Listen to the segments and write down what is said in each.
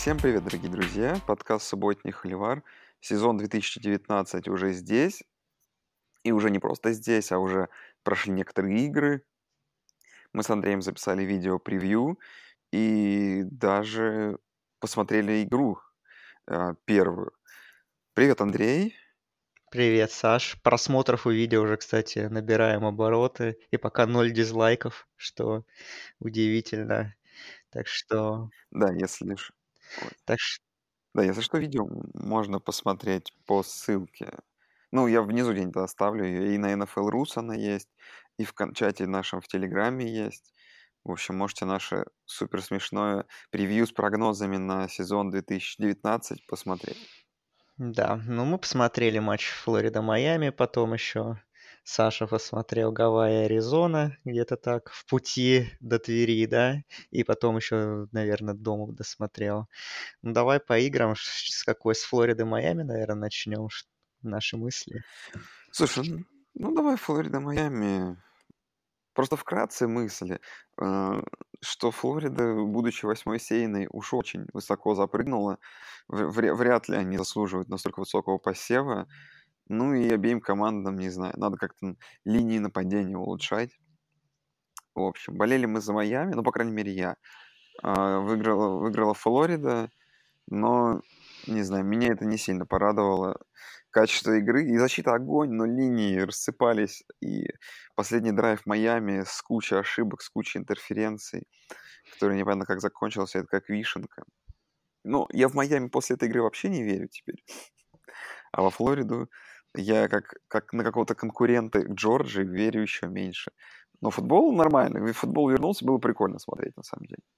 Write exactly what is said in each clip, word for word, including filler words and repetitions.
Всем привет, дорогие друзья! Подкаст «Субботний холивар». Сезон две тысячи девятнадцать уже здесь. И уже не просто здесь, а уже прошли некоторые игры. Мы с Андреем записали видео-превью и даже посмотрели игру э, первую. Привет, Андрей! Привет, Саш. Просмотров у видео уже, кстати, набираем обороты. И пока ноль дизлайков, что удивительно. Так что... Да, если, ш- ой. Так что... Да, если что, видео можно посмотреть по ссылке. Ну, я внизу где-нибудь оставлю ее. И на эн эф эл Rus она есть, и в кон- чате нашем в Телеграме есть. В общем, можете наше супер смешное превью с прогнозами на сезон две тысячи девятнадцать посмотреть. Да, ну мы посмотрели матч Флорида-Майами, потом еще Саша посмотрел Гавайи-Аризона, где-то так, в пути до Твери, да, и потом еще, наверное, дома досмотрел. Ну давай по играм, ш- с какой, с Флориды-Майами, наверное, начнем ш- наши мысли. Слушай, ну, ну давай Флорида, Майами. Просто вкратце мысли, э, что Флорида, будучи восьмой сеянной, уж очень высоко запрыгнула. В- вря- Вряд ли они заслуживают настолько высокого посева. Ну и обеим командам, не знаю, надо как-то н- линии нападения улучшать. В общем, болели мы за Майами, ну, по крайней мере, я. А, Выиграла, выиграла Флорида, но, не знаю, меня это не сильно порадовало. Качество игры и защита огонь, но линии рассыпались. И последний драйв Майами с кучей ошибок, с кучей интерференций, который непонятно как закончился, это как вишенка. Ну, я в Майами после этой игры вообще не верю теперь. А во Флориду я как, как на какого-то конкурента Джорджии верю еще меньше. Но футбол нормальный. И футбол вернулся, было прикольно смотреть, на самом деле.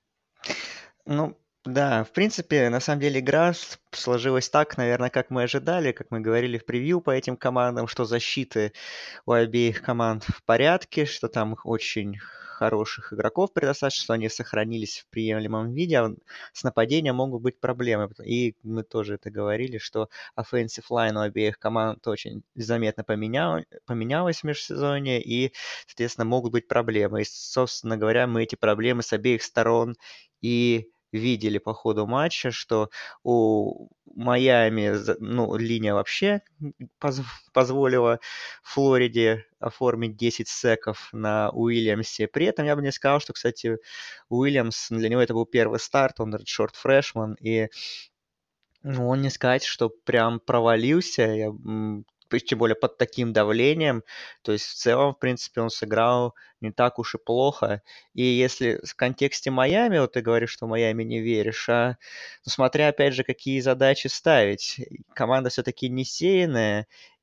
Ну, да, в принципе, на самом деле игра с- сложилась так, наверное, как мы ожидали, как мы говорили в превью по этим командам, что защиты у обеих команд в порядке, что там их очень хороших игроков предостаточно, что они сохранились в приемлемом виде, а вот с нападением могут быть проблемы. И мы тоже это говорили, что offensive line у обеих команд очень заметно поменял, поменялась в межсезонье, и, соответственно, могут быть проблемы. И, собственно говоря, мы эти проблемы с обеих сторон и видели по ходу матча, что у Майами, за- ну, линия вообще поз- позволила Флориде оформить десять секов на Уильямсе. При этом я бы не сказал, что, кстати, Уильямс, для него это был первый старт, он редшорт фрешман, и ну, он не сказать, что прям провалился, я, м, п- тем более под таким давлением. То есть в целом, в принципе, он сыграл не так уж и плохо. И если в контексте Майами, вот ты говоришь, что Майами не веришь, а ну, смотря опять же, какие задачи ставить. Команда все-таки не сеянная,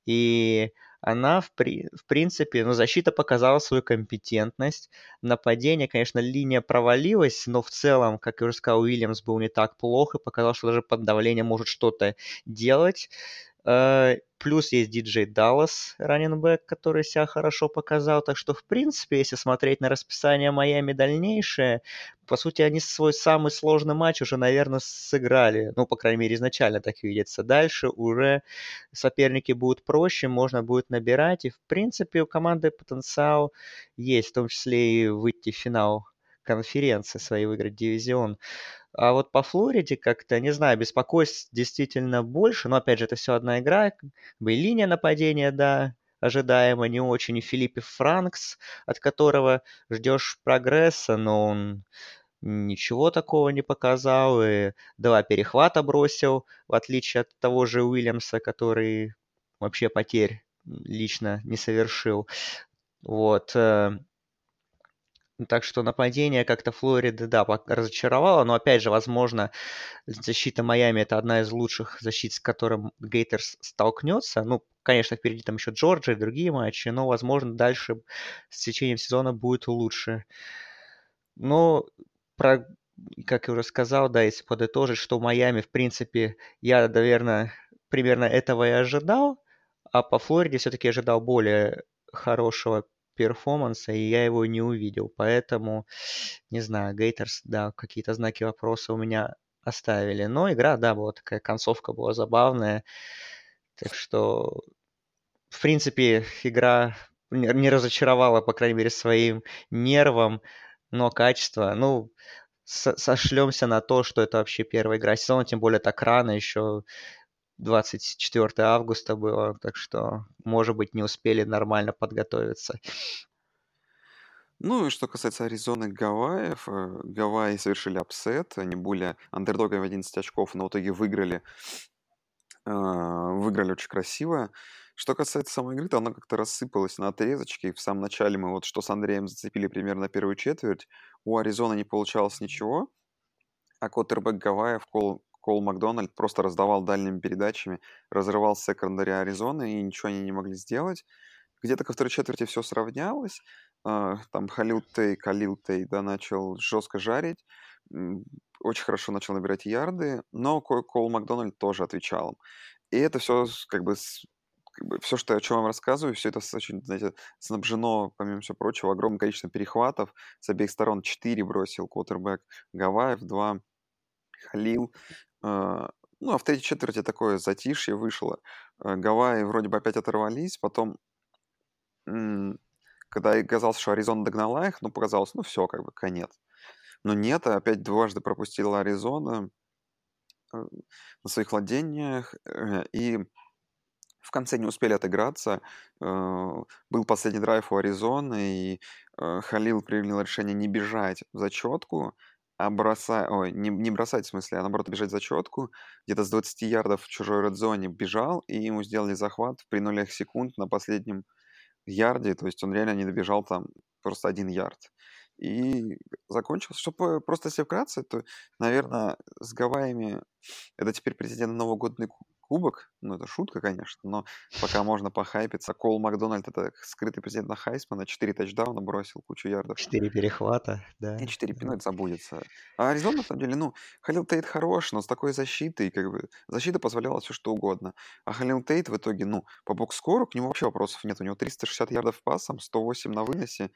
и она, в, при- в принципе, ну, защита показала свою компетентность. Нападение, конечно, линия провалилась, но в целом, как я уже сказал, Уильямс был не так плохо, показал, что даже под давлением может что-то делать. Э, Плюс есть диджей Даллас, раннинбэк, который себя хорошо показал. Так что, в принципе, если смотреть на расписание Майами дальнейшее, по сути, они свой самый сложный матч уже, наверное, сыграли. Ну, по крайней мере, изначально так видится. Дальше уже соперники будут проще, можно будет набирать. И, в принципе, у команды потенциал есть, в том числе и выйти в финал конференции своей, выиграть дивизион. А вот по Флориде как-то, не знаю, беспокойств действительно больше, но опять же, это все одна игра, как бы и линия нападения, да, ожидаемо не очень, и Филиппе Франкс, от которого ждешь прогресса, но он ничего такого не показал, и два перехвата бросил, в отличие от того же Уильямса, который вообще потерь лично не совершил. Вот. э, Так что нападение как-то Флориды, да, пок- разочаровало, но опять же, возможно, защита Майами это одна из лучших защит, с которым Гейтерс столкнется. Ну, конечно, впереди там еще Джорджия и другие матчи, но, возможно, дальше с течением сезона будет лучше. Но, про, как я уже сказал, да, если подытожить, что Майами, в принципе, я, наверное, примерно этого и ожидал, а по Флориде все-таки ожидал более хорошего перформанса, и я его не увидел. Поэтому, не знаю, Гейтерс, да, какие-то знаки вопроса у меня оставили. Но игра, да, была такая, концовка была забавная. Так что, в принципе, игра не не разочаровала, по крайней мере, своим нервом, но качество, ну, со- сошлемся на то, что это вообще первая игра сезона, тем более так рано, еще двадцать четвёртого августа было, так что, может быть, не успели нормально подготовиться. Ну и что касается Аризоны Гавайев, э, Гавайи совершили апсет, они были андердогами в одиннадцать очков, но в итоге выиграли, э, выиграли очень красиво. Что касается самой игры, то она как-то рассыпалась на отрезочки. В самом начале мы вот что с Андреем зацепили примерно первую четверть. У Аризоны не получалось ничего, а квотербек Гавайев Кол, Кол Макдональд просто раздавал дальними передачами, разрывал секондари Аризоны, и ничего они не могли сделать. Где-то ко второй четверти все сравнялось. А, Там Халил Тей, Калил Тей, да, начал жестко жарить. М, Очень хорошо начал набирать ярды, но Ко- Кол Макдональд тоже отвечал им. И это все как бы, с- как бы все, что я о чем вам рассказываю, все это с очень, знаете, снабжено, помимо всего прочего, огромным количеством перехватов. С обеих сторон четыре бросил квотербек Гавайев, два Халил. А, Ну, а в третьей четверти такое затишье вышло. А, Гавайи вроде бы опять оторвались, потом м, когда и казалось, что Аризона догнала их, ну, показалось, ну, все, как бы, конец. Но нет, опять дважды пропустила Аризона э, на своих владениях, э, и в конце не успели отыграться. Э, Был последний драйв у Аризоны, и э, Халил принял решение не бежать в зачетку, а бросать, ой, не, не бросать в смысле, а наоборот бежать в зачетку. Где-то с двадцати ярдов в чужой редзоне бежал, и ему сделали захват при нулях секунд на последнем ярде, то есть он реально не добежал там просто один ярд. И закончилось, чтобы просто если вкратце, то, наверное, с Гавайями это теперь претендент на новогодний ку- кубок. Ну, это шутка, конечно, но пока можно похайпиться. Кол Макдональд — это скрытый претендент на Хайсмана, четыре тачдауна бросил, кучу ярдов. Четыре перехвата, И да. четыре пи, ну, это забудется. А Аризона, на самом деле, ну, Халил Тейт хорош, но с такой защитой, как бы, защита позволяла все что угодно. А Халил Тейт в итоге, ну, по бокскору к нему вообще вопросов нет. У него триста шестьдесят ярдов пасом, сто восемь на выносе,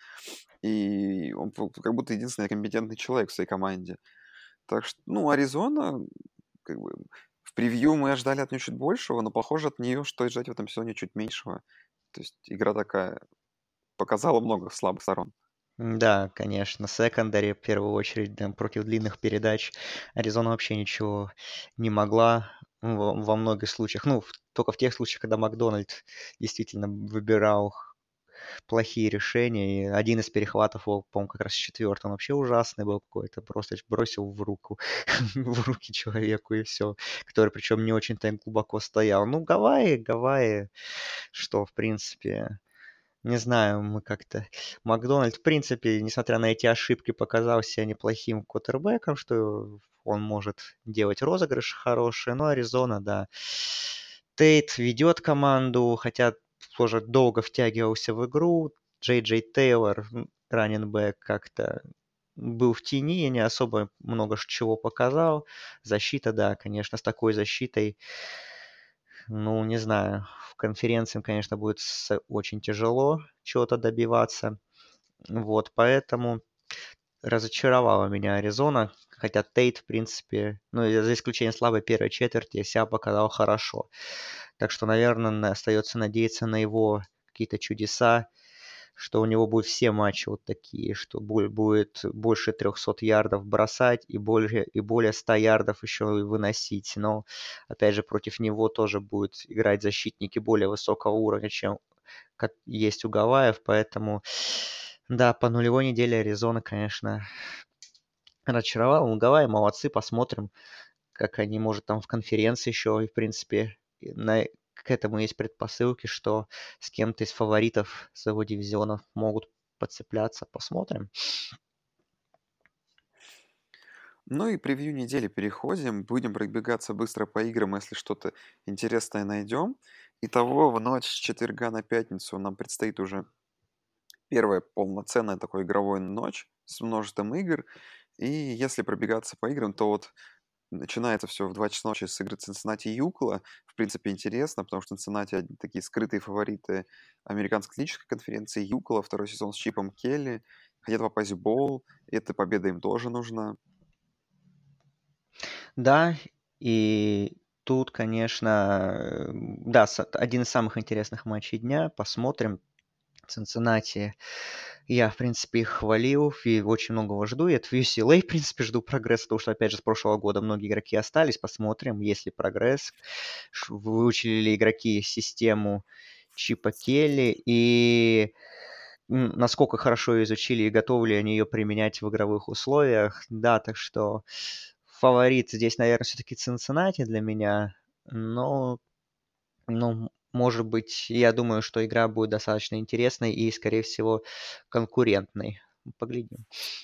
и он п- как будто единственный компетентный человек в своей команде. Так что, ну, Аризона, как бы, в превью мы ожидали от нее чуть большего, но, похоже, от нее что ждать в этом сезоне чуть меньшего. То есть игра такая показала много слабых сторон. Да, конечно, секондари в первую очередь, да, против длинных передач Аризона вообще ничего не могла во, во многих случаях. Ну, в- только в тех случаях, когда Макдональд действительно выбирал плохие решения. И один из перехватов, его, по-моему, как раз четвертый, он вообще ужасный был какой-то. Просто бросил в руку, в руки человеку и все. Который причем не очень-то глубоко стоял. Ну, Гавайи, Гавайи, что, в принципе, не знаю, мы как-то... Макдональд, в принципе, несмотря на эти ошибки, показал себя неплохим квотербеком, что он может делать розыгрыши хорошие, но Аризона, да. Тейт ведет команду, хотя тоже долго втягивался в игру. Джей Джей Тейлор, раннинбэк, как-то был в тени и не особо много ш- чего показал. Защита, да, конечно, с такой защитой, ну, не знаю, в конференции, конечно, будет с- очень тяжело чего-то добиваться. Вот, поэтому разочаровала меня Аризона, хотя Тейт, в принципе, ну, и за исключением слабой первой четверти, себя показал хорошо. Так что, наверное, остается надеяться на его какие-то чудеса, что у него будут все матчи вот такие, что бу- будет больше трехсот ярдов бросать и более, и более ста ярдов еще и выносить. Но, опять же, против него тоже будут играть защитники более высокого уровня, чем как есть у Гавайев, поэтому, да, по нулевой неделе Аризона, конечно, разочаровал. Ну, Гавайи молодцы, посмотрим, как они, может, там в конференции еще, и, в принципе, и на, к этому есть предпосылки, что с кем-то из фаворитов своего дивизиона могут подцепляться. Посмотрим. Ну и превью недели переходим. Будем пробегаться быстро по играм, если что-то интересное найдем. Итого, в ночь с четверга на пятницу нам предстоит уже первая полноценная такой игровой ночь с множеством игр. И если пробегаться по играм, то вот начинается все в два часа ночи с игры Цинциннати Юкола. В принципе, интересно, потому что Цинциннати одни такие скрытые фавориты американской атлетической конференции. Юкола второй сезон с Чипом Келли. Хотят попасть в боул. Эта победа им тоже нужна. Да, и тут, конечно, э, да, с- один из самых интересных матчей дня. Посмотрим. Цинциннати Я, в принципе, их хвалил и очень многого жду. И от ю си эл эй, в принципе, жду прогресса, потому что, опять же, с прошлого года многие игроки остались. Посмотрим, есть ли прогресс. Ш- Выучили ли игроки систему Чипа Келли и м, насколько хорошо ее изучили и готовы ли они ее применять в игровых условиях. Да, так что фаворит здесь, наверное, все-таки Цинциннати для меня. Но ну, может быть, я думаю, что игра будет достаточно интересной и, скорее всего, конкурентной. Поглядим.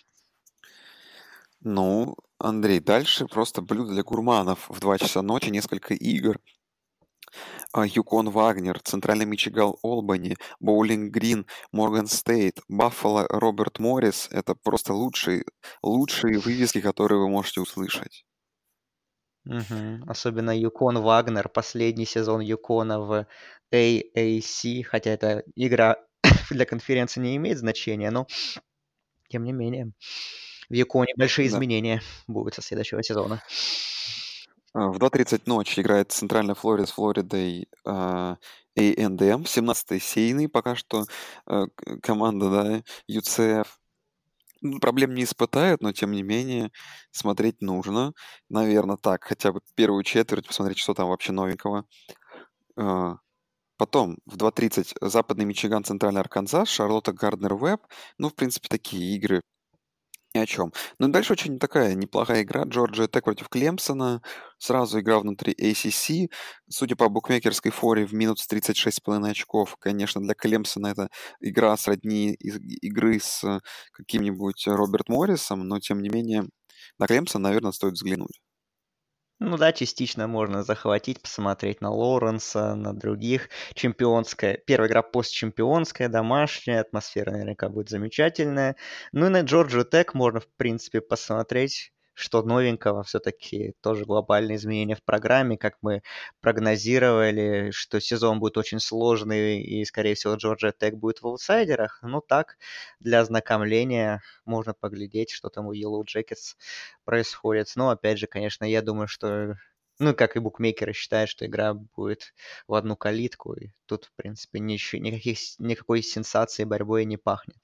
Ну, Андрей, дальше просто блюдо для гурманов. В два часа ночи несколько игр. А, Юкон Вагнер, Центральный Мичиган Олбани, Боулинг Грин, Морган Стейт, Баффало Роберт Моррис. Это просто лучшие, лучшие вывески, которые вы можете услышать. Мгм. Особенно Юкон Вагнер, последний сезон Юкона в эй эй си, хотя эта игра для конференции не имеет значения, но тем не менее. В Юконе большие Да. изменения будут со следующего сезона. А, В два тридцать ночи играет Центральная Флорида с Флоридой а, эй энд эм, семнадцатый сейный пока что а, к- команда, да, ю си эф. Ну, проблем не испытает, но тем не менее смотреть нужно. Наверное, так, хотя бы первую четверть, посмотреть, что там вообще новенького. А, Потом в два тридцать Западный Мичиган, Центральный Арканзас, Шарлотта Гарднер Веб. Ну, в принципе, такие игры ни о чем. Ну и дальше очень такая неплохая игра. Джорджия Тек против Клемсона. Сразу игра внутри эй си си. Судя по букмекерской форе, в минус тридцать шесть с половиной очков. Конечно, для Клемсона это игра сродни из- игры с э, каким-нибудь Роберт Моррисом, но тем не менее на Клемсон, наверное, стоит взглянуть. Ну да, частично можно захватить, посмотреть на Лоуренса, на других. Чемпионская, первая игра постчемпионская, домашняя, атмосфера наверняка будет замечательная. Ну и на Джорджию Тек можно, в принципе, посмотреть, что новенького. Все-таки тоже глобальные изменения в программе, как мы прогнозировали, что сезон будет очень сложный и, скорее всего, Джорджия Тек будет в аутсайдерах. Ну так, для ознакомления можно поглядеть, что там у Yellow Jackets происходит. Но опять же, конечно, я думаю, что, ну, как и букмекеры считают, что игра будет в одну калитку, и тут, в принципе, ничего, никаких, с- никакой сенсации борьбой не пахнет.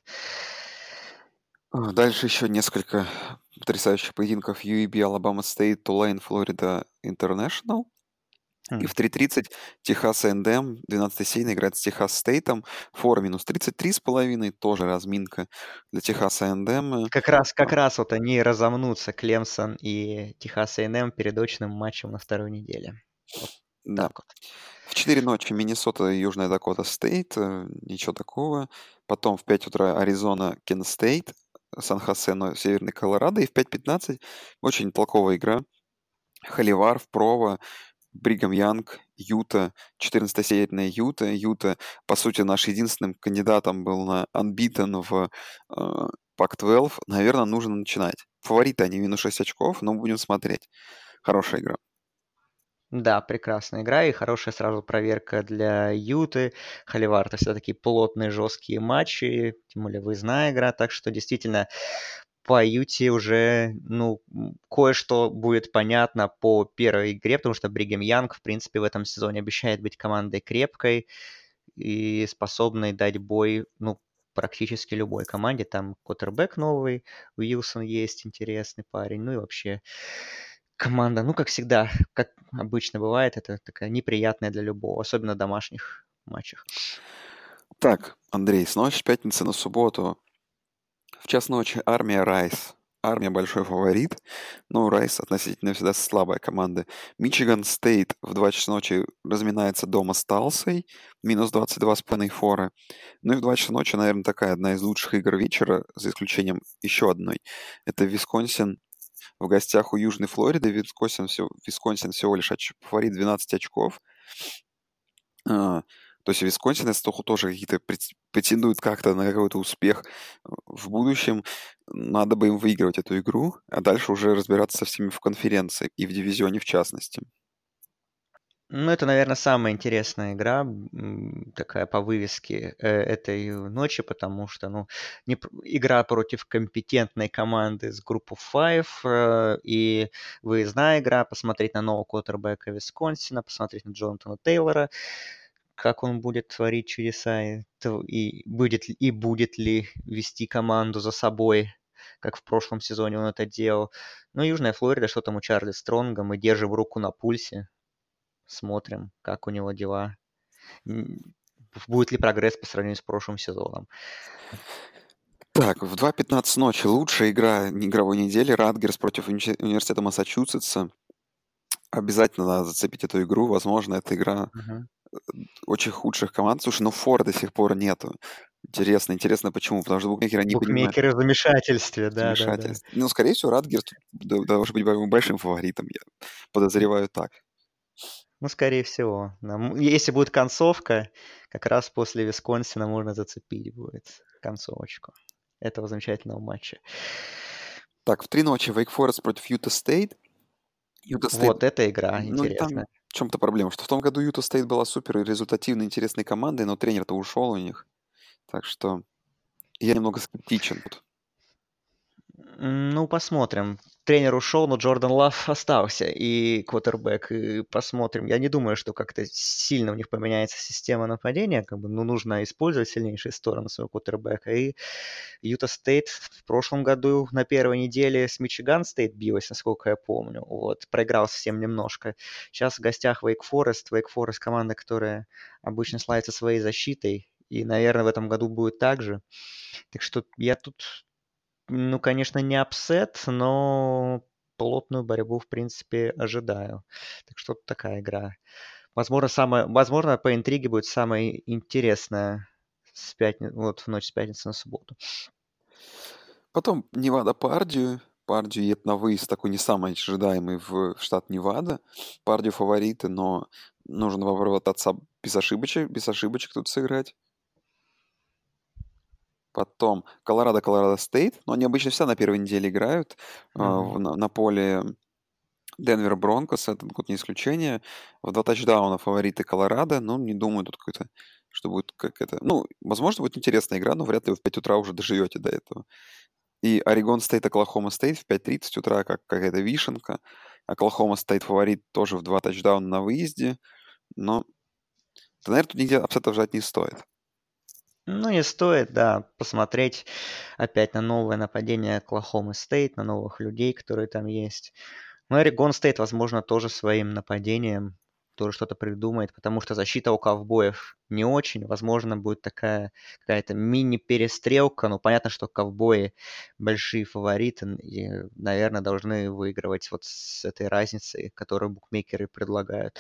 А, Дальше еще несколько потрясающих поединков. ю и би, Алабама Стейт, Тулейн, Флорида Интернешнл. И Хм. в три тридцать Техас эй энд эм, двенадцатый сейн играет с Техас Стейтом. Фора минус тридцать три с половиной, тоже разминка для Техаса эй энд эм. Как раз, А, как раз вот они разомнутся, Клемсон и Техас эй энд эм перед очным матчем на второй неделе. Вот Да. так вот. В четыре ночи Миннесота и Южная Дакота Стейт. э, Ничего такого. Потом в пять утра Аризона, Кен Стейт. Сан-Хосе, но Северный Колорадо. И в пять пятнадцать очень толковая игра. Холивар в Прово, Бригам Янг, Юта, четырнадцатосеятельная Юта. Юта, по сути, наш единственным кандидатом был на unbeaten в э, пак двенадцать. Наверное, нужно начинать. Фавориты они минус шесть очков, но будем смотреть. Хорошая игра. Да, прекрасная игра и хорошая сразу проверка для Юты. Холивар — это все-таки плотные, жесткие матчи, тем более выездная игра, так что действительно по Юте уже, ну, м, кое-что будет понятно по первой игре, потому что Бригем Янг, в принципе, в этом сезоне обещает быть командой крепкой и способной дать бой, ну, практически любой команде. Там квотербек новый, Уилсон есть, интересный парень, ну и вообще команда, ну, как всегда, как обычно бывает, это такая неприятная для любого, особенно в домашних матчах. Так, Андрей, с ночи с пятницы на субботу. В час ночи Армия Райс. Армия большой фаворит, но Райс относительно всегда слабая команда. Мичиган Стейт в два часа ночи разминается дома с Талсой, минус двадцать два с половиной фора. Ну и в два часа ночи, наверное, такая одна из лучших игр вечера, за исключением еще одной. Это Висконсин в гостях у Южной Флориды. Висконсин, все, Висконсин всего лишь оч- фаворит двенадцать очков. А, то есть Висконсин, если только тоже какие-то прет- претендуют как-то на какой-то успех э, в будущем, надо бы им выигрывать эту игру, а дальше уже разбираться со всеми в конференции и в дивизионе в частности. Ну, это, наверное, самая интересная игра, м, такая по вывеске э, этой ночи, потому что, ну, не пр- игра против компетентной команды с группы пять, э, и выездная игра, посмотреть на нового квотербека Висконсина, посмотреть на Джонатана Тейлора, как он будет творить чудеса и, то- и будет, ли- и будет ли вести команду за собой, как в прошлом сезоне он это делал. Ну, Южная Флорида, что там у Чарли Стронга, мы держим руку на пульсе, смотрим, как у него дела. М, Будет ли прогресс по сравнению с прошлым сезоном. Так, в два пятнадцать ночи лучшая игра игровой недели. Радгерс против уни- университета Массачусетса. Обязательно надо зацепить эту игру. Возможно, это игра Мгм. очень худших команд. Слушай, ну Фора до сих пор нету. Интересно, интересно почему? Потому что букмекеры не понимают Букмекеры в замешательстве, да-да-да. вмешательств. Ну, скорее всего, Радгерс тут д- должен быть бо- большим фаворитом. Я подозреваю так. Ну, скорее всего. Да. М, Если будет концовка, как раз после Висконсина можно зацепить будет концовочку этого замечательного матча. Так, в три ночи Вейк Форест против Юта Стейт. Юта Стейт, Вот эта игра ну и там интересная. в чем-то проблема, что в том году Юта Стейт была супер результативной, интересной командой, но тренер-то ушел у них. Так что я немного скептичен тут. М, Ну, посмотрим. Тренер ушел, но Джордан Лав остался, и квотербек, и посмотрим. Я не думаю, что как-то сильно у них поменяется система нападения, как бы, ну, нужно использовать сильнейшие стороны своего квотербека, и Юта Стейт в прошлом году на первой неделе с Мичиган Стейт билась, насколько я помню, вот, проиграл совсем немножко. Сейчас в гостях Вейк Форест, Вейк Форест команда, которая обычно славится своей защитой, и, наверное, в этом году будет так же. Так что я тут ну, конечно, не апсет, но плотную борьбу, в принципе, ожидаю. Так что вот такая игра. Возможно, самая, возможно, по интриге будет самая интересная с пятни... вот в ночь с пятницы на субботу. Потом Невада Пардию. Пардию едет на выезд, такой не самый ожидаемый в штат Невада. Пардию фавориты, но нужно попробовать без ошибочек, без ошибочек тут сыграть. Потом Колорадо, Колорадо Стейт. Но они обычно всегда на первой неделе играют э, в- на, на поле Денвер Бронкос. Этот год не исключение. В два тачдауна фавориты Колорадо. Ну, не думаю тут какой-то, что будет как это... Ну, возможно, будет интересная игра, но вряд ли вы в пять утра уже доживете до этого. И Орегон Стейт, Оклахома Стейт в пять тридцать утра, как какая-то вишенка. Оклахома Стейт фаворит тоже в два тачдауна на выезде. Но, да, наверное, тут нигде апсетов жать не стоит. Ну, не стоит, да, посмотреть опять на новое нападение Оклахомы Стейт, на новых людей, которые там есть. Ну, Орегон Стейт, возможно, тоже своим нападением тоже что-то придумает, потому что защита у ковбоев не очень. Возможно, будет такая какая-то мини-перестрелка. Ну, понятно, что ковбои большие фавориты и, наверное, должны выигрывать вот с этой разницей, которую букмекеры предлагают.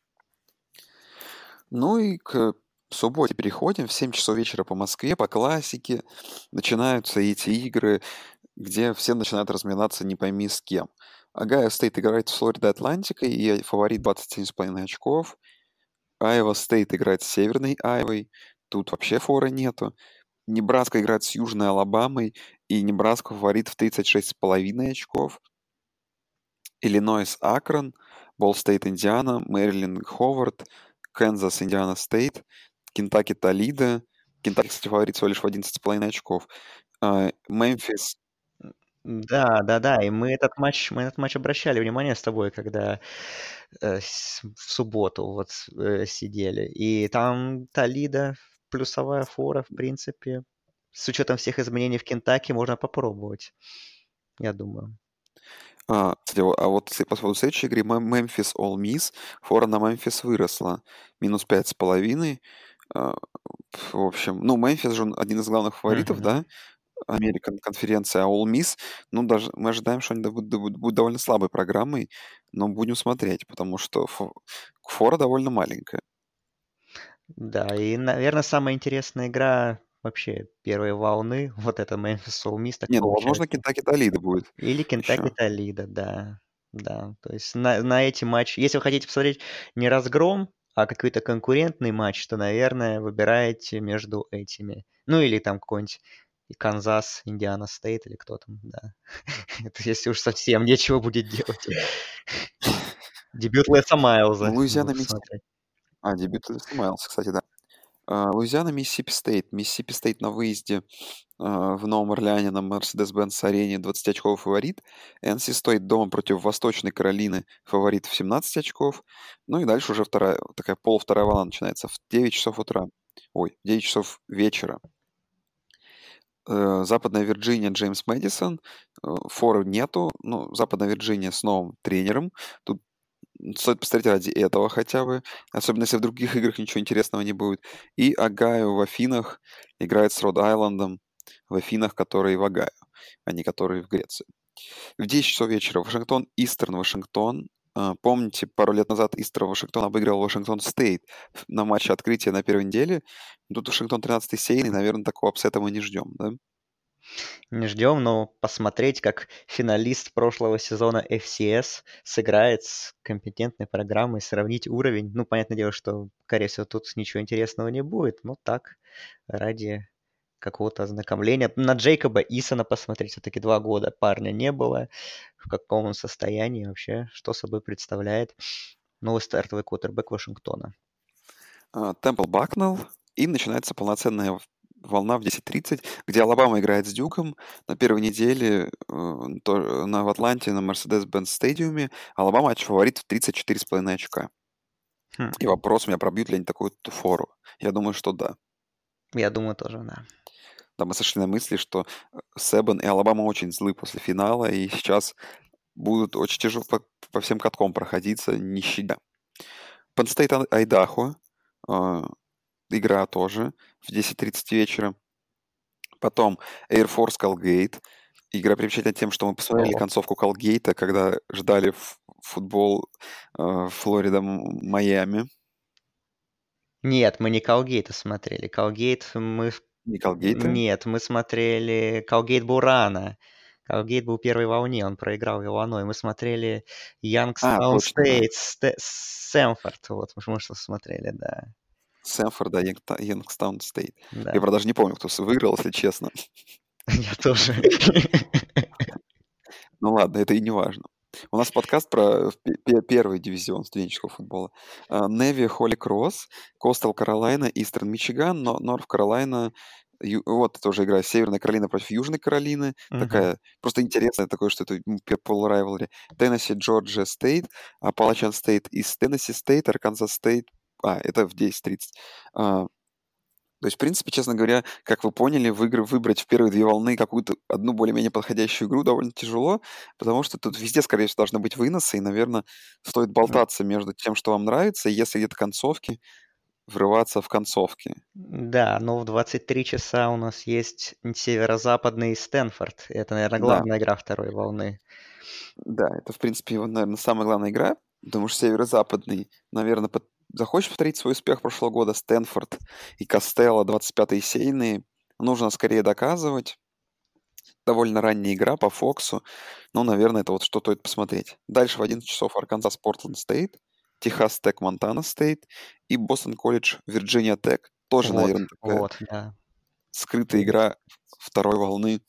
Ну и к субботе переходим. В семь часов вечера по Москве, по классике. Начинаются эти игры, где все начинают разминаться не пойми с кем. Огайо Стейт играет с Флорида Атлантикой, и фаворит двадцать семь с половиной очков. Айова Стейт играет с Северной Айвой. Тут вообще фора нету. Небраска играет с Южной Алабамой, и Небраска фаворит в тридцать шесть с половиной очков. Иллинойс Акрон, Болл Стейт Индиана, Мэриленд Ховард, Канзас Индиана Стейт, Кентаки Толидо. Кентаки, кстати, фаворит всего лишь в одиннадцать с половиной очков. А, Мемфис. Да, да, да, и мы этот матч, мы этот матч обращали внимание с тобой, когда э, с- в субботу вот э, сидели. И там Толида, плюсовая фора, в принципе, с учетом всех изменений в Кентаки, можно попробовать, я думаю. А, кстати, а вот если по поводу следующей игры, Мемфис All Miss, фора на Мемфис выросла. Минус пять с половиной. А, в общем, ну, Мемфис же один из главных фаворитов, Мгм. да? Американ конференция, а All Miss, ну, даже мы ожидаем, что они будут, будут, будут довольно слабой программой, но будем смотреть, потому что фо- фора довольно маленькая. Да, и, наверное, самая интересная игра вообще первой волны, вот это Memphis Ole Miss, так Не, ну, возможно, получается. Кентаки Толидо будет Или Кентаки еще. Толидо, да. Да, то есть на, на эти матчи, если вы хотите посмотреть не разгром, а какой-то конкурентный матч, то, наверное, выбираете между этими. Ну или там какой-нибудь и Канзас, Индиана Стейт или кто там, да. Это если уж совсем нечего будет делать. Дебют Леса Ну, Майлза Луизиана, будут Мисси... смотреть. А, дебют Льюиса Майлса, кстати, да. А, Луизиана, Миссисипи Стейт. Миссисипи Стейт на выезде в Новом Орлеане на Mercedes-Benz арене двадцать очков фаворит. эн си State дома против Восточной Каролины фаворит в семнадцать очков. Ну и дальше уже вторая, такая полувторая волна начинается в девять часов утра. Ой, в девять часов вечера. Западная Вирджиния, Джеймс Мэдисон. Форы нету. Ну, Западная Вирджиния с новым тренером. Тут стоит посмотреть ради этого хотя бы. Особенно, если в других играх ничего интересного не будет. И Огайо в Афинах играет с Род-Айлендом. В Афинах, которые в Огайо, а не которые в Греции. В десять часов вечера Вашингтон, Истерн, Вашингтон. Помните, пару лет назад Истер Вашингтон обыграл Вашингтон Стейт на матче открытия на первой неделе. Тут Вашингтон тринадцатый сейный, наверное, такого апсета мы не ждем, да? Не ждем, но посмотреть, как финалист прошлого сезона эф си эс сыграет с компетентной программой, сравнить уровень. Ну, понятное дело, что, скорее всего, тут ничего интересного не будет, но так, ради какого-то ознакомления. На Джейкоба Исона посмотреть, все-таки два года парня не было. В каком он состоянии вообще, что собой представляет новый стартовый квотербек Вашингтона. Темпл Бакнелл, и начинается полноценная волна в десять тридцать, где Алабама играет с Дюком. На первой неделе то, на, в Атланте на Mercedes-Benz стадиуме Алабама фаворит в тридцать четыре с половиной очка. Хм. И вопрос у меня, пробьют ли они такую фору? Я думаю, что да. Я думаю, тоже да. Да, мы сошли на мысли, что Себан и Алабама очень злы после финала, и сейчас будут очень тяжело по, по всем каткам проходиться, не щадя. Penn State Айдахо. Э, игра тоже в десять тридцать вечера. Потом Air Force Colgate. Игра примечательна тем, что мы посмотрели О. концовку Колгейта, когда ждали футбол э, Флорида-Майами. Нет, мы не Колгейта смотрели. Колгейт мы... Не Колгейта? Нет, мы смотрели... Колгейт был рано. Колгейт был в первой волне, он проиграл Иллиной. Мы смотрели Янгстаун Стейт, Сэмфорд. Вот, мы что смотрели, да. Сэмфорд, да, Янгстаун Стейт. Да. Я, правда, даже не помню, кто выиграл, если честно. Я тоже. Ну ладно, это и не важно. У нас подкаст про первый дивизион студенческого футбола. Неви, Холли Кросс, Костел Каролайна, Истерн Мичиган, Норф Каролайна. Вот это уже игра Северная Каролина против Южной Каролины. Uh-huh. Такая просто интересная, такое, что это Purple Rivalry. Теннесси, Джорджия Стейт, Апалачин Стейт из Теннесси Стейт, Арканзас Стейт. А, это в десять тридцать. А, то есть, в принципе, честно говоря, как вы поняли, выигр- выбрать в первые две волны какую-то одну более-менее подходящую игру довольно тяжело, потому что тут везде, скорее всего, должны быть выносы, и, наверное, стоит болтаться между тем, что вам нравится, и если где-то концовки, врываться в концовки. Да, но в двадцать три часа у нас есть северо-западный Стэнфорд. Это, наверное, главная да. игра второй волны. Да, это, в принципе, наверное, самая главная игра, потому что северо-западный, наверное, под... захочешь повторить свой успех прошлого года, Стэнфорд и Костелло, двадцать пятые сейные, нужно скорее доказывать. Довольно ранняя игра по Фоксу, ну, наверное, это вот что стоит посмотреть. Дальше в одиннадцать часов Арканзас Портленд Стейт, Техас Тек Монтана Стейт и Бостон Колледж Вирджиния Тек. Тоже, вот, наверное, такая вот, да. скрытая игра второй волны.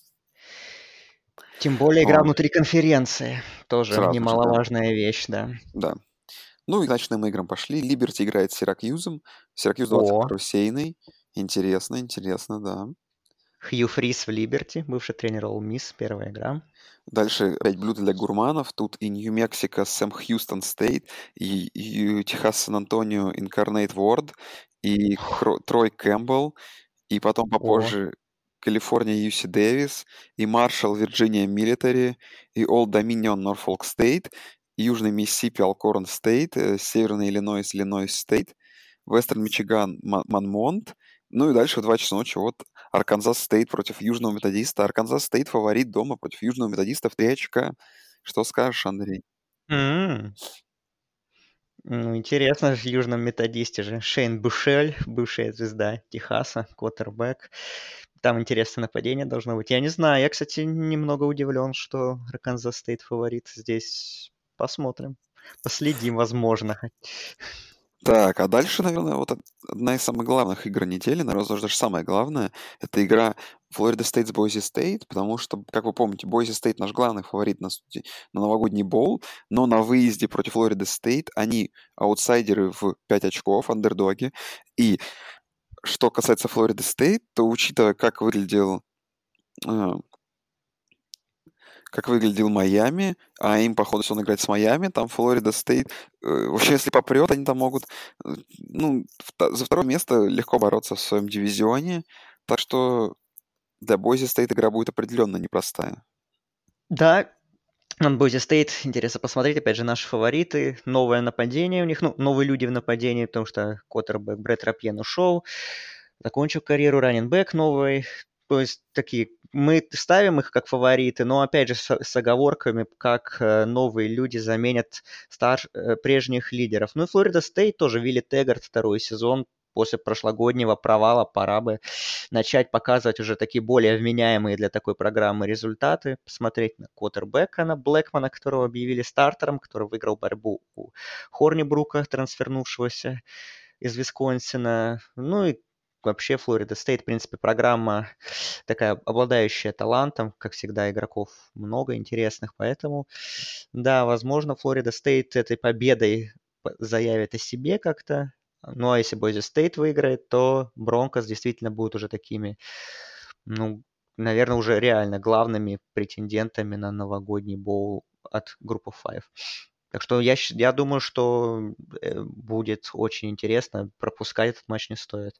Тем более игра О. внутри конференции. Тоже Сразу немаловажная же, да. вещь, да. Да. Ну и к ночным играм пошли. Либерти играет с Сиракьюзом. Сиракьюз двадцать второй сейный. Интересно, интересно, да. Хью Фрис в Либерти, бывший тренер Ole Miss, первая игра. Дальше опять блюдо для гурманов. Тут и Нью-Мексико, Сэм Хьюстон Стейт, и, и Техас Сан-Антонио Инкарнейт Ворд, и Кро, Трой Кэмпбелл, и потом попозже О. Калифорния Ю Си Дэвис, и Маршалл Вирджиния Милитари, и Олд Доминион Норфолк Стейт, Южный Миссисипи Алкорн Стейт, Северный Иллинойс Иллинойс Стейт, Вестерн Мичиган Монмонт. Ну и дальше в два часа ночи вот Арканзас Стейт против Южного Методиста. Арканзас Стейт фаворит дома против Южного Методиста в три очка. Что скажешь, Андрей? Mm-hmm. Ну, интересно, в Южном Методисте же Шейн Бушель, бывшая звезда Техаса, квотербек. Там интересное нападение должно быть. Я не знаю, я, кстати, немного удивлен, что Арканзас Стейт фаворит здесь. Посмотрим. Последим, возможно. Так, а дальше, наверное, вот одна из самых главных игр недели, наверное, даже самая главная, это игра Florida State с Boise State, потому что, как вы помните, Boise State наш главный фаворит на, на новогодний боул, но на выезде против Florida State они аутсайдеры в пять очков, андердоги, и что касается Флорида Стейт, то учитывая, как выглядел а, как выглядел Майами, а им, походу, он играть с Майами, там Флорида Стейт. э, Вообще, если попрет, они там могут, э, ну, вта- за второе место легко бороться в своем дивизионе. Так что для Бойзи Стейт игра будет определенно непростая. Да, он Boise State, интересно посмотреть, опять же, наши фавориты, новое нападение у них, ну, новые люди в нападении, потому что квотербек Брэд Рапьен ушел, закончил карьеру, раннинбэк новый, то есть такие, мы ставим их как фавориты, но опять же с, с оговорками, как э, новые люди заменят старш, э, прежних лидеров. Ну и Флорида Стейт тоже, Вилли Теггарт второй сезон, после прошлогоднего провала пора бы начать показывать уже такие более вменяемые для такой программы результаты, посмотреть на квотербека, на Блэкмана, которого объявили стартером, который выиграл борьбу у Хорнибрука, трансфернувшегося из Висконсина. Ну и вообще Флорида Стейт, в принципе, программа такая, обладающая талантом, как всегда, игроков много интересных, поэтому, да, возможно, Флорида Стейт этой победой заявит о себе как-то. Ну, а если Бойзи Стейт выиграет, то Бронкос действительно будут уже такими, ну, наверное, уже реально главными претендентами на новогодний боул от группы пять. Так что я, щ- я думаю, что э, будет очень интересно. Пропускать этот матч не стоит.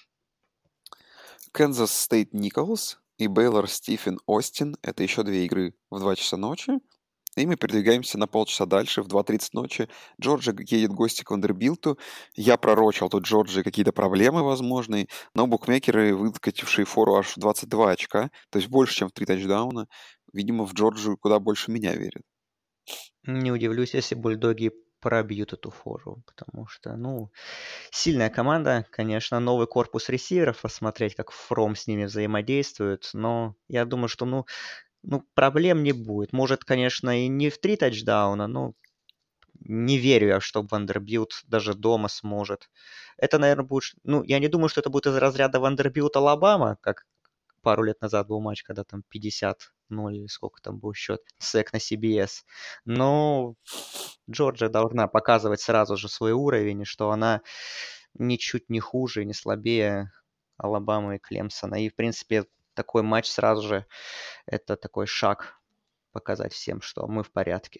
Канзас Стейт Николс и Бейлор Стивен Остин — это еще две игры в два часа ночи. И мы передвигаемся на полчаса дальше, в два тридцать ночи. Джорджия едет в гости к Вандербилту. Я пророчил тут Джорджии какие-то проблемы возможные, но букмекеры, выкатившие фору аж в двадцать два очка, то есть больше, чем в три тачдауна, видимо, в Джорджию куда больше меня верят. Не удивлюсь, если бульдоги пробьют эту фору, потому что, ну, сильная команда, конечно, новый корпус ресиверов, посмотреть, как Фром с ними взаимодействует, но я думаю, что, ну, ну, проблем не будет. Может, конечно, и не в три тачдауна, но не верю я, что Вандербилт даже дома сможет. Это, наверное, будет... ш- Ну, я не думаю, что это будет из разряда Вандербилт Алабама, как пару лет назад был матч, когда там пятьдесят ноль или сколько там был счет, сэк на си би эс. Но Джорджия должна показывать сразу же свой уровень, и что она ничуть не хуже, не слабее Алабамы и Клемсона. И, в принципе, такой матч сразу же это такой шаг показать всем, что мы в порядке.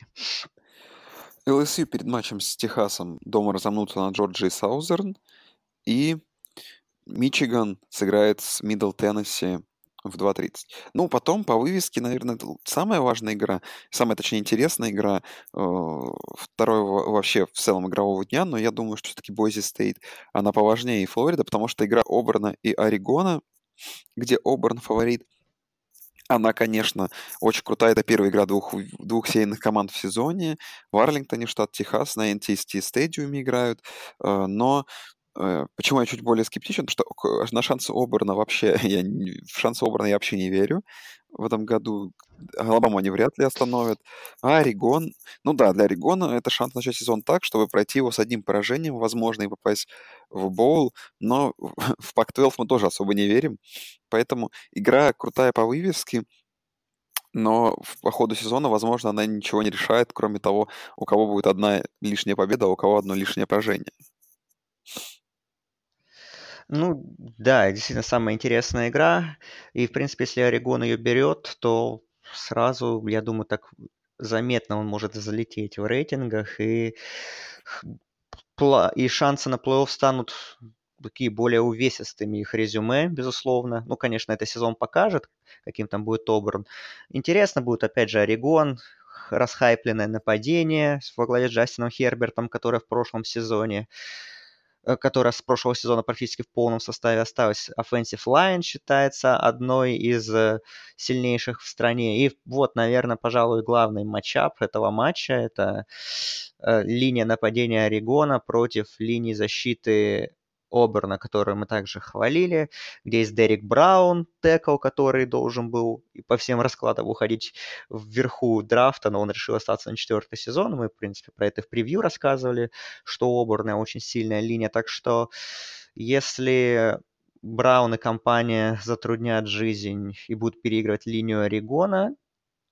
эл эс ю перед матчем с Техасом дома разомнутся на Джорджии Саузерн, и Мичиган сыграет с Мидл Теннесси в два тридцать. Ну, потом по вывеске, наверное, это л- самая важная игра, самая, точнее, интересная игра э, второго вообще в целом игрового дня, но я думаю, что все-таки Бойзи Стейт, она поважнее и Флорида, потому что игра Оберна и Орегона, где Оберн фаворит, она, конечно, очень крутая. Это первая игра двух, двух сеянных команд в сезоне. В Арлингтоне, штат Техас, на эн ти эс ти стадиуме играют. Э, Но э, почему я чуть более скептичен? Потому что к- на шансы Оберна вообще, я не- в шансы Оберна я вообще не верю в этом году. Алабаму они вряд ли остановят. А Орегон, ну да, для Орегона это шанс начать сезон так, чтобы пройти его с одним поражением, возможно, и попасть в боул. Но в пак двенадцать мы тоже особо не верим. Поэтому игра крутая по вывеске, но в- по ходу сезона, возможно, она ничего не решает, кроме того, у кого будет одна лишняя победа, а у кого одно лишнее поражение. Ну, да, действительно, самая интересная игра. И, в принципе, если Орегон ее берет, то сразу, я думаю, так заметно он может залететь в рейтингах, и, х- пла- и шансы на плей-офф станут такие более увесистыми их резюме, безусловно. Ну, конечно, это сезон покажет, каким там будет Оберн. Интересно будет, опять же, Орегон, х- расхайпленное нападение во главе с Джастином Хербертом, которое в прошлом сезоне э, которая с прошлого сезона практически в полном составе осталась. Offensive Line считается одной из э, сильнейших в стране. И вот, наверное, пожалуй, главный матчап этого матча — это э, линия нападения Орегона против линии защиты Оберна, которую мы также хвалили, где есть Дерек Браун, текл, который должен был и по всем раскладам уходить вверху драфта, но он решил остаться на четвертый сезон. Мы, в принципе, про это в превью рассказывали, что у Оберна очень сильная линия. Так что если Браун и компания затруднят жизнь и будут переигрывать линию Орегона,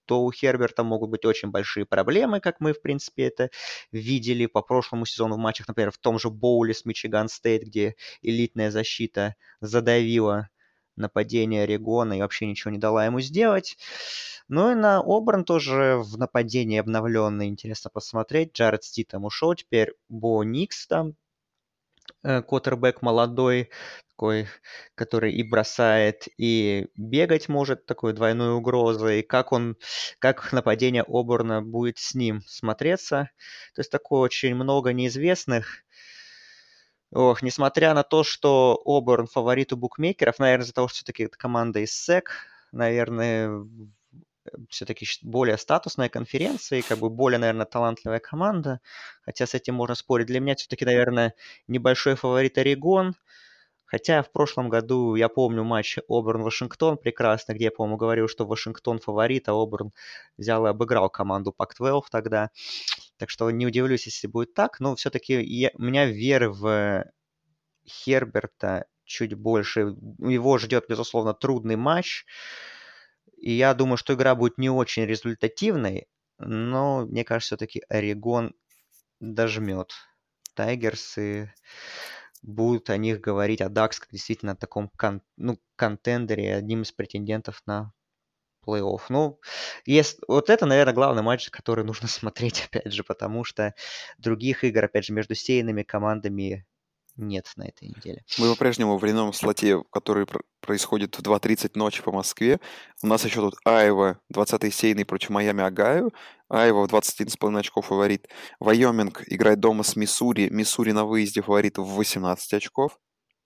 то у Херберта могут быть очень большие проблемы, как мы, в принципе, это видели по прошлому сезону в матчах, например, в том же боуле с Мичиган Стейт, где элитная защита задавила нападение Орегона и вообще ничего не дала ему сделать. Ну и на Оберн тоже в нападении обновленный. Интересно посмотреть. Джаред Ститом ушел. Теперь Бо Никс там, э, квотербек молодой, такой, который и бросает, и бегать может, такой двойной угрозой. Как он, как нападение Оберна будет с ним смотреться. То есть такое очень много неизвестных. Ох, несмотря на то, что Оберн фаворит у букмекеров, наверное, из-за того, что все-таки это команда из СЭК, наверное, все-таки более статусная конференция и как бы более, наверное, талантливая команда. Хотя с этим можно спорить. Для меня все-таки, наверное, небольшой фаворит Орегон. Хотя в прошлом году я помню матч Оберн-Вашингтон прекрасно, где я, по-моему, говорил, что Вашингтон фаворит, а Оберн взял и обыграл команду Пак двенадцать тогда. Так что не удивлюсь, если будет так. Но все-таки я, у меня веры в Херберта чуть больше. Его ждет, безусловно, трудный матч. И я думаю, что игра будет не очень результативной, но мне кажется, все-таки Орегон дожмет Тайгерс, и будут о них говорить, о Дакс, как действительно таком кон, ну, контендере, одним из претендентов на плей-офф. Ну, есть, вот это, наверное, главный матч, который нужно смотреть, опять же, потому что других игр, опять же, между сейными командами нет на этой неделе. Мы по-прежнему в временном слоте, который пр- происходит в два тридцать ночи по Москве. У нас еще тут Айва, двадцатый сейный против Майами Огайо. Айва в двадцать один с половиной очков фаворит. Вайоминг играет дома с Миссури. Миссури на выезде фаворит в восемнадцать очков.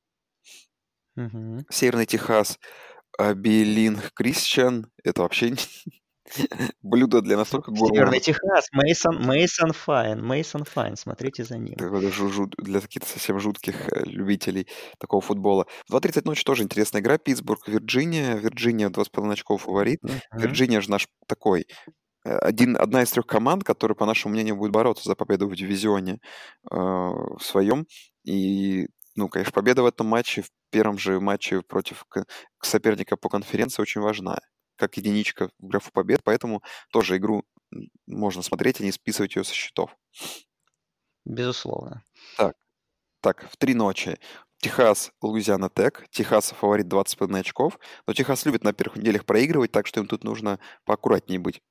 Мгм. Северный Техас. Билинг Кристиан. Это вообще блюдо для настолько Северный гурманов. Техас, Мейсон, Мейсон Файн, Мейсон Файн, смотрите за ним. Такой даже жут- для каких-то совсем жутких э, любителей такого футбола. В два тридцать ночи тоже интересная игра. Питтсбург, Вирджиния. Вирджиния два с половиной очков фаворит. Мгм. Вирджиния же наш такой э, один, одна из трех команд, которая, по нашему мнению, будет бороться за победу в дивизионе э, в своем. И, ну, конечно, победа в этом матче, в первом же матче против к- соперника по конференции очень важна, как единичка в графу побед, поэтому тоже игру м, можно смотреть, а не списывать ее со счетов. Безусловно. Так, так, в три ночи. Техас, Луизиана Тек. Техас фаворит двадцать с половиной очков. Но Техас любит на первых неделях проигрывать, так что им тут нужно поаккуратнее быть.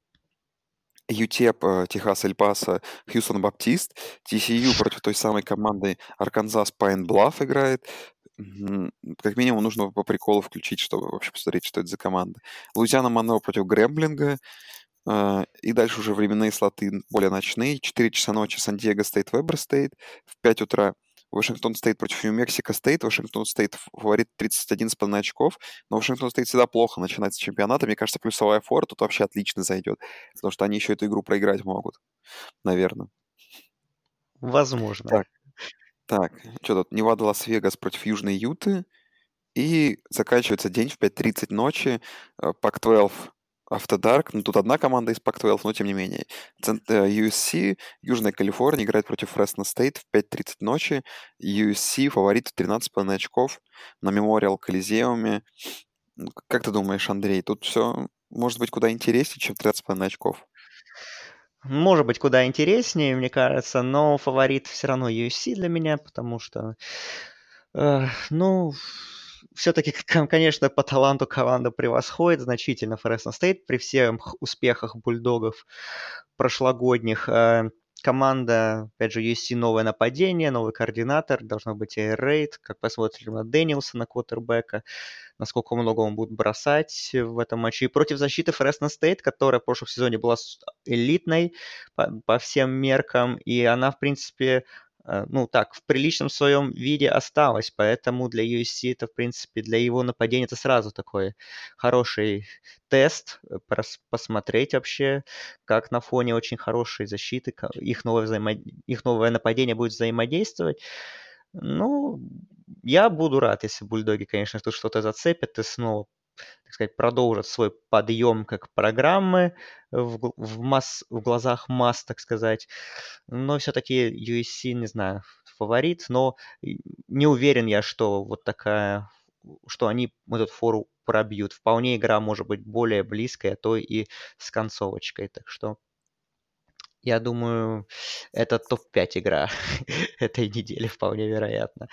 ЮТЕП, э, Техас, Эль-Пасо, Хьюстон Баптист. ти си ю против той самой команды Арканзас Пайн Блафф играет. Мгм. Как минимум нужно по приколу включить, чтобы вообще посмотреть, что это за команда. Луизиана Монро против Грэмблинга. Э, И дальше уже временные слоты более ночные. четыре часа ночи Сан-Диего Стейт, Вебер Стейт. В пять утра Вашингтон Стейт против Нью-Мексико Стейт. Вашингтон Стейт фаворит тридцать один с половиной очков. Но Вашингтон Стейт всегда плохо начинает с чемпионата. Мне кажется, плюсовая фора тут вообще отлично зайдет. Потому что они еще эту игру проиграть могут, наверное. Возможно. Так, так, что тут? Невада Лас-Вегас против Южной Юты. И заканчивается день в пять тридцать ночи. э, Пак двенадцать After Dark. Ну, тут одна команда из Пак двенадцать, но тем не менее. Цент- э, ю эс си, Южная Калифорния, играет против Фресно Стейт в пять тридцать ночи. ю эс си фаворит в тринадцать с половиной очков на Мемориал Колизеуме. Ну, к- Как ты думаешь, Андрей, тут все может быть куда интереснее, чем тринадцать с половиной очков? Может быть, куда интереснее, мне кажется, но фаворит все равно ю эф си для меня, потому что, э, ну, все-таки, конечно, по таланту команда превосходит значительно Фресно Стейт при всех успехах бульдогов прошлогодних. Э, Команда, опять же, ю эс си новое нападение, новый координатор, должно быть Air Raid, как посмотрим на Дэниелса, на квотербека, насколько много он будет бросать в этом матче. И против защиты Фресно Стейт, которая в прошлом сезоне была элитной по, по всем меркам, и она, в принципе, э, ну так, в приличном своем виде осталась, поэтому для ю эс си это, в принципе, для его нападения это сразу такой хороший тест, э, прос- посмотреть вообще, как на фоне очень хорошей защиты ка- их новое, взаимо... их новое нападение будет взаимодействовать. Ну, я буду рад, если бульдоги, конечно, тут что-то зацепят и снова, так сказать, продолжат свой подъем как программы в, гл- в, масс, в глазах масс, так сказать. Но все-таки ю эс си, не знаю, фаворит, но и не уверен я, что вот такая, что они эту фору пробьют. Вполне игра может быть более близкой, а то и с концовочкой. Так что я думаю, это топ пять игра этой недели вполне вероятно.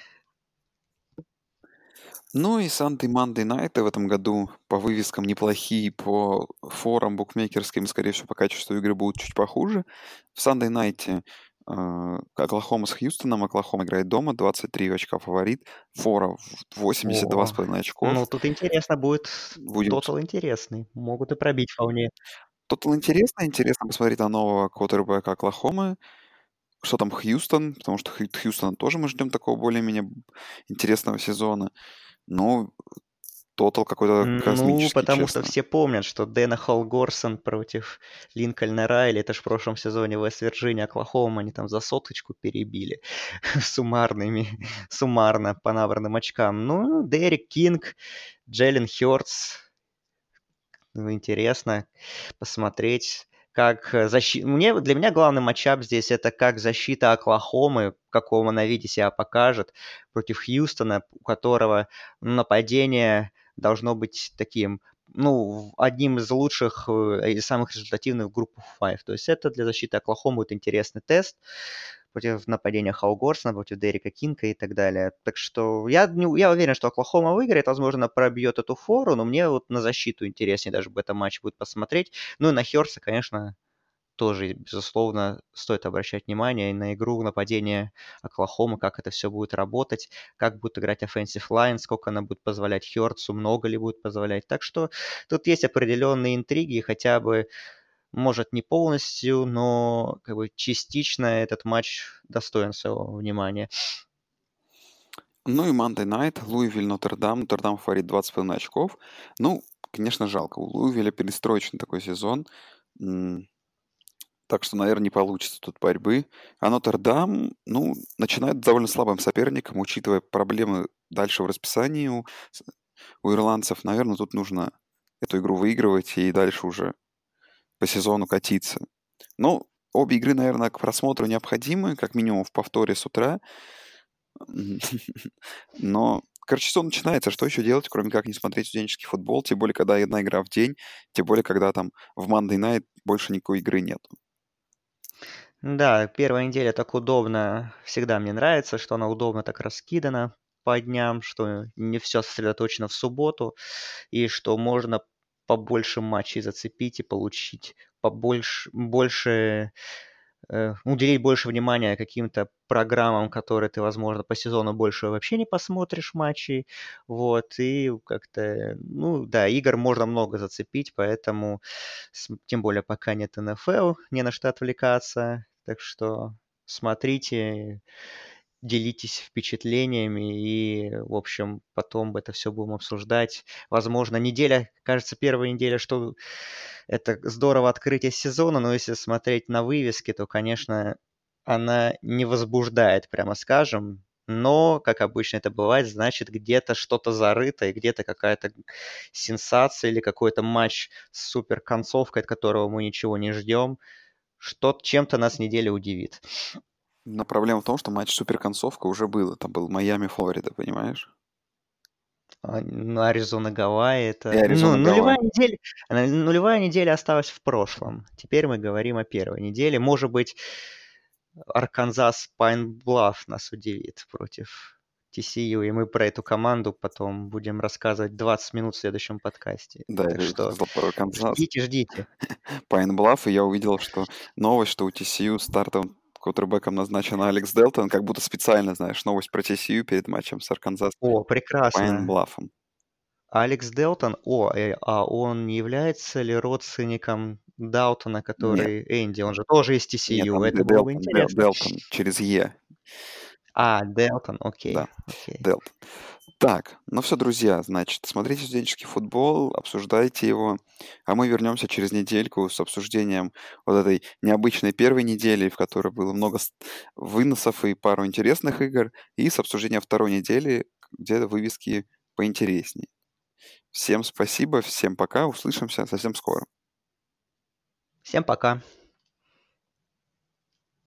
Ну и Sunday Monday Night в этом году по вывескам неплохие, по форам букмекерским, скорее всего, по качеству игры будут чуть похуже. В Sunday Night э, Оклахома с Хьюстоном. Оклахома играет дома, двадцать три очка фаворит. Фора восемьдесят два с О, половиной ну очков. тут интересно будет, Будем... тотал интересный. Могут и пробить вполне. Тотал интересно, интересно посмотреть на нового квотербека Оклахомы. Что там Хьюстон, потому что Хью- Хьюстона тоже мы ждем такого более-менее интересного сезона. Ну, тотал какой-то Ну, космический, потому что честно. все помнят, что Дэна Холгорсон против Линкольна Райли, это ж в прошлом сезоне Вест-Вирджиния, Оклахома, они там за соточку перебили суммарными, суммарно по набранным очкам. Ну, Дерек Кинг, Джейлен Хёртс, ну, интересно посмотреть, как защита... Мне, для меня главный матчап здесь это как защита Оклахомы, какого она виде себя покажет, против Хьюстона, у которого нападение должно быть таким, ну, одним из лучших э, и самых результативных в группу пять. То есть это для защиты Оклахомы будет интересный тест против нападения Халгорсона, против Дерека Кинга и так далее. Так что я, не- я уверен, что Оклахома выиграет, возможно, пробьет эту фору, но мне вот на защиту интереснее даже в этом матче будет посмотреть. Ну и на Хёрса, конечно, тоже, безусловно, стоит обращать внимание и на игру, нападение Оклахомы, как это все будет работать, как будет играть offensive line, сколько она будет позволять Хёртсу, много ли будет позволять. Так что тут есть определенные интриги, хотя бы, может, не полностью, но как бы частично этот матч достоин своего внимания. Ну и Monday Night, Луивиль, Нотр-Дам. Нотр-Дам фаворит двадцать с половиной очков. Ну, конечно, жалко. У Луивиля перестроечный такой сезон. М, Так что, наверное, не получится тут борьбы. А Нотр-Дам, ну, начинает довольно слабым соперником, учитывая проблемы дальше в расписании у, с- у ирландцев. Наверное, тут нужно эту игру выигрывать и дальше уже по сезону катиться. Ну, обе игры, наверное, к просмотру необходимы, как минимум в повторе с утра. Но, короче, сезон начинается. Что еще делать, кроме как не смотреть студенческий футбол? Тем более, когда одна игра в день. Тем более, когда там в Monday Night больше никакой игры нет. Да, первая неделя так удобно, всегда мне нравится, что она удобно так раскидана по дням, что не все сосредоточено в субботу, и что можно побольше матчей зацепить и получить побольше, больше, э, уделить больше внимания каким-то программам, которые ты, возможно, по сезону больше вообще не посмотришь матчей, вот, и как-то, ну, да, игр можно много зацепить, поэтому, с- тем более пока нет эн эф эл, не на что отвлекаться, так что смотрите, делитесь впечатлениями и, в общем, потом это все будем обсуждать. Возможно, неделя, кажется, первая неделя, что это здорово открытие сезона, но если смотреть на вывески, то, конечно, она не возбуждает, прямо скажем. Но, как обычно это бывает, значит, где-то что-то зарыто, и где-то какая-то сенсация или какой-то матч с супер концовкой, от которого мы ничего не ждем, что чем-то нас неделя удивит. Но проблема в том, что матч суперконцовка уже был. Там был Майами, Флорида, понимаешь? А, ну, Аризона, Гавайи, И это... Ну, Аризона, нулевая Гавайи. неделя, она- нулевая неделя осталась в прошлом. Теперь мы говорим о первой неделе. Может быть, Арканзас Пайн Блафф нас удивит против ти си ю, и мы про эту команду потом будем рассказывать двадцать минут в следующем подкасте. Да, Так я что сказал про Канзас. ждите, ждите. Пайнблафф, и я увидел, что новость, что у ти си ю стартовым квотербеком назначен Алекс Делтон, как будто специально, знаешь, новость про ти си ю перед матчем с Арканзас О, прекрасно. Пайнблаффом. Алекс Делтон, о, э, а он не является ли родственником Даутона, Нет, который Энди? Он же тоже из нет, ти си ю. там Д- Это было бы Делтон, Дел- интересно. Делтон через Е, А, Делтон, окей, да, окей. Делтон. Так, ну все, друзья, значит, смотрите студенческий футбол, обсуждайте его, а мы вернемся через недельку с обсуждением вот этой необычной первой недели, в которой было много с- выносов и пару интересных игр, и с обсуждением второй недели, где вывески поинтереснее. Всем спасибо, всем пока, услышимся совсем скоро. Всем пока.